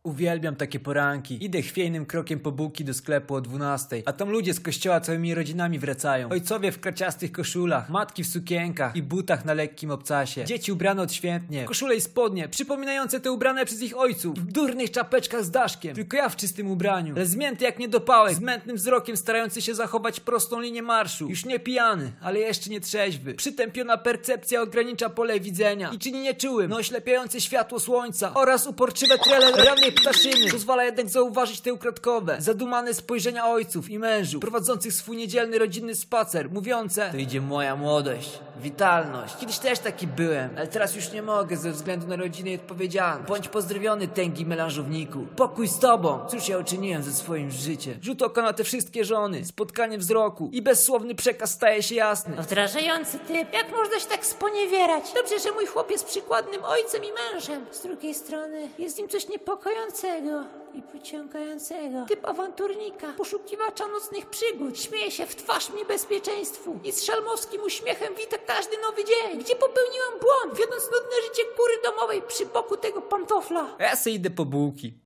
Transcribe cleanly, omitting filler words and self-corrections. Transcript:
Uwielbiam takie poranki. Idę chwiejnym krokiem po bułki do sklepu o 12, a tam ludzie z kościoła całymi rodzinami wracają. Ojcowie w kraciastych koszulach, matki w sukienkach i butach na lekkim obcasie. Dzieci ubrane odświętnie, w koszule i spodnie, przypominające te ubrane przez ich ojców. W durnych czapeczkach z daszkiem. Tylko ja w czystym ubraniu. Ale zmięty jak niedopałek, z mętnym wzrokiem starający się zachować prostą linię marszu. Już nie pijany, ale jeszcze nie trzeźwy. Przytępiona percepcja ogranicza pole widzenia i czyni nieczułym na oślepiające światło słońca oraz uporczywe trele rannej ptaszyny. Pozwala jednak zauważyć te ukradkowe, zadumane spojrzenia ojców i mężów prowadzących swój niedzielny rodzinny spacer, mówiące: to idzie moja młodość, witalność. Kiedyś też taki byłem, ale teraz już nie mogę ze względu na rodzinę i odpowiedzialność. Bądź pozdrowiony, tęgi melanżowniku. Pokój z tobą. Cóż ja uczyniłem ze swoim życiem? Rzut oka na te wszystkie żony, spotkanie wzroku i bezsłowny przekaz staje się jasny. Wdrażający typ. Jak można się tak sponiewierać? Dobrze, że mój chłop jest przykładnym ojcem i mężem. Z drugiej strony jest w nim coś niepokojącego i pociągającego. Typ awanturnika, poszukiwacza nocnych przygód. Śmieje się w twarz niebezpieczeństwu i z szalmowskim uśmiechem wita każdy nowy dzień. Gdzie popełniłam błąd, wiodąc nudne życie kury domowej przy boku tego pantofla? Ja se idę po bułki.